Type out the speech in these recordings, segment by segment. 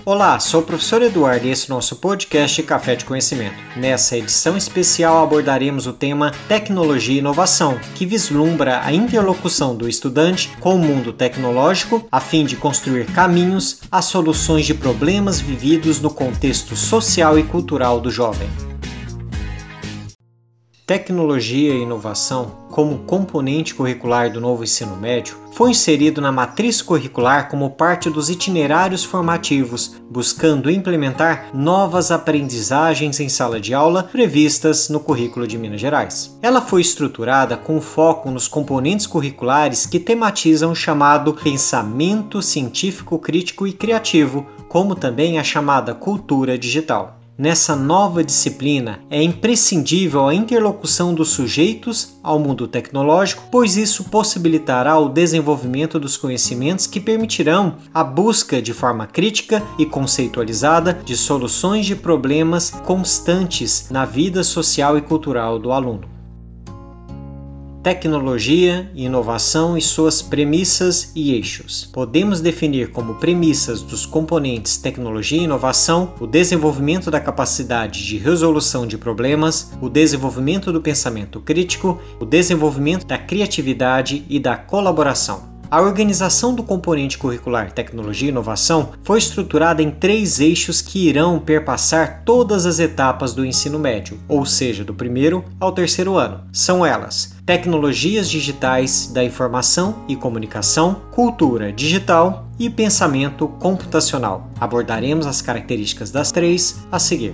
Olá, sou o professor Eduardo e esse é o nosso podcast Café de Conhecimento. Nessa edição especial abordaremos o tema Tecnologia e Inovação, que vislumbra a interlocução do estudante com o mundo tecnológico a fim de construir caminhos às soluções de problemas vividos no contexto social e cultural do jovem. Tecnologia e inovação, como componente curricular do novo ensino médio, foi inserido na matriz curricular como parte dos itinerários formativos, buscando implementar novas aprendizagens em sala de aula previstas no currículo de Minas Gerais. Ela foi estruturada com foco nos componentes curriculares que tematizam o chamado pensamento científico crítico e criativo, como também a chamada cultura digital. Nessa nova disciplina, é imprescindível a interlocução dos sujeitos ao mundo tecnológico, pois isso possibilitará o desenvolvimento dos conhecimentos que permitirão a busca de forma crítica e conceitualizada de soluções de problemas constantes na vida social e cultural do aluno. Tecnologia e inovação e suas premissas e eixos. Podemos definir como premissas dos componentes tecnologia e inovação o desenvolvimento da capacidade de resolução de problemas, o desenvolvimento do pensamento crítico, o desenvolvimento da criatividade e da colaboração. A organização do componente curricular Tecnologia e Inovação foi estruturada em 3 eixos que irão perpassar todas as etapas do ensino médio, ou seja, do 1º ao 3º ano. São elas: Tecnologias Digitais da Informação e Comunicação, Cultura Digital e Pensamento Computacional. Abordaremos as características das 3 a seguir.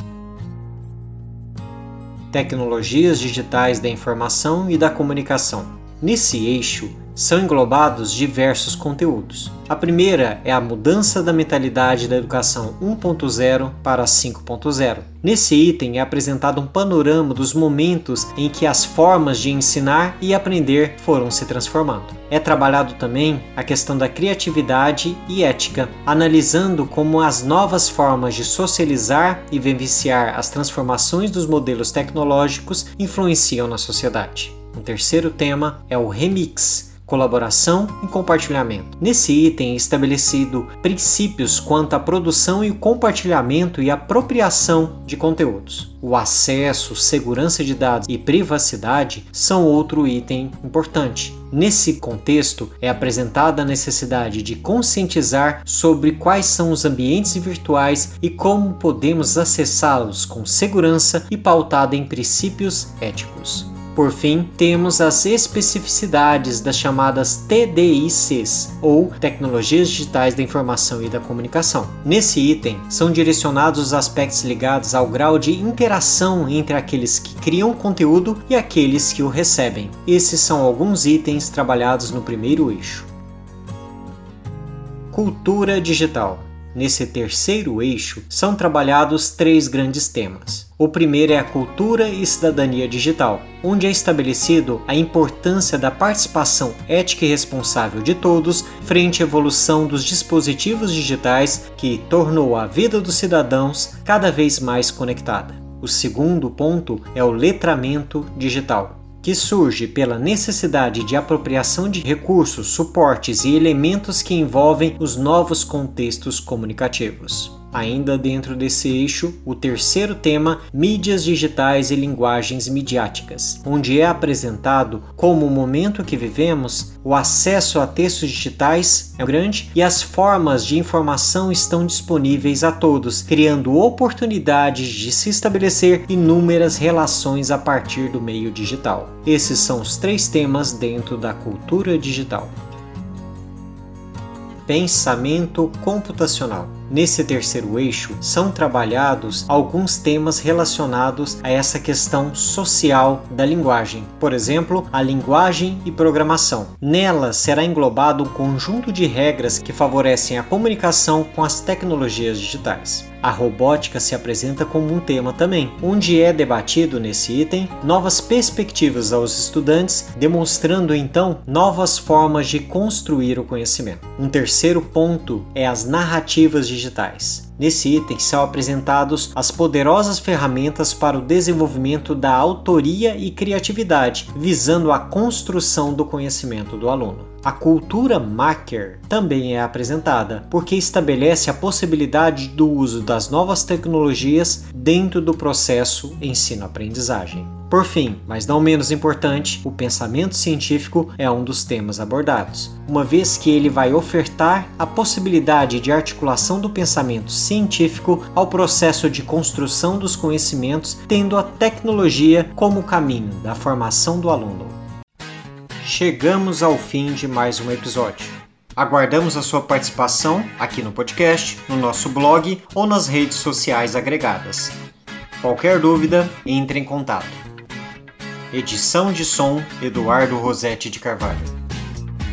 Tecnologias Digitais da Informação e da Comunicação. Nesse eixo, são englobados diversos conteúdos. A primeira é a mudança da mentalidade da educação 1.0 para 5.0. Nesse item é apresentado um panorama dos momentos em que as formas de ensinar e aprender foram se transformando. É trabalhado também a questão da criatividade e ética, analisando como as novas formas de socializar e vivenciar as transformações dos modelos tecnológicos influenciam na sociedade. O terceiro tema é o remix, colaboração e compartilhamento. Nesse item é estabelecido princípios quanto à produção e o compartilhamento e apropriação de conteúdos. O acesso, segurança de dados e privacidade são outro item importante. Nesse contexto, é apresentada a necessidade de conscientizar sobre quais são os ambientes virtuais e como podemos acessá-los com segurança e pautada em princípios éticos. Por fim, temos as especificidades das chamadas TDICs, ou Tecnologias Digitais da Informação e da Comunicação. Nesse item, são direcionados os aspectos ligados ao grau de interação entre aqueles que criam conteúdo e aqueles que o recebem. Esses são alguns itens trabalhados no primeiro eixo. Cultura Digital. Nesse terceiro eixo, são trabalhados 3 grandes temas. O primeiro é a cultura e cidadania digital, onde é estabelecido a importância da participação ética e responsável de todos frente à evolução dos dispositivos digitais que tornou a vida dos cidadãos cada vez mais conectada. O segundo ponto é o letramento digital, que surge pela necessidade de apropriação de recursos, suportes e elementos que envolvem os novos contextos comunicativos. Ainda dentro desse eixo, o terceiro tema, mídias digitais e linguagens midiáticas, onde é apresentado como o momento que vivemos, o acesso a textos digitais é grande e as formas de informação estão disponíveis a todos, criando oportunidades de se estabelecer inúmeras relações a partir do meio digital. Esses são os 3 temas dentro da cultura digital. Pensamento computacional. Nesse terceiro eixo, são trabalhados alguns temas relacionados a essa questão social da linguagem. Por exemplo, a linguagem e programação. Nela será englobado um conjunto de regras que favorecem a comunicação com as tecnologias digitais. A robótica se apresenta como um tema também, onde é debatido nesse item novas perspectivas aos estudantes, demonstrando então novas formas de construir o conhecimento. Um terceiro ponto é as narrativas digitais. Nesse item são apresentados as poderosas ferramentas para o desenvolvimento da autoria e criatividade, visando a construção do conhecimento do aluno. A cultura maker também é apresentada, porque estabelece a possibilidade do uso das novas tecnologias dentro do processo ensino-aprendizagem. Por fim, mas não menos importante, o pensamento científico é um dos temas abordados, uma vez que ele vai ofertar a possibilidade de articulação do pensamento científico ao processo de construção dos conhecimentos, tendo a tecnologia como caminho da formação do aluno. Chegamos ao fim de mais um episódio. Aguardamos a sua participação aqui no podcast, no nosso blog ou nas redes sociais agregadas. Qualquer dúvida, entre em contato. Edição de som, Eduardo Rossetti de Carvalho.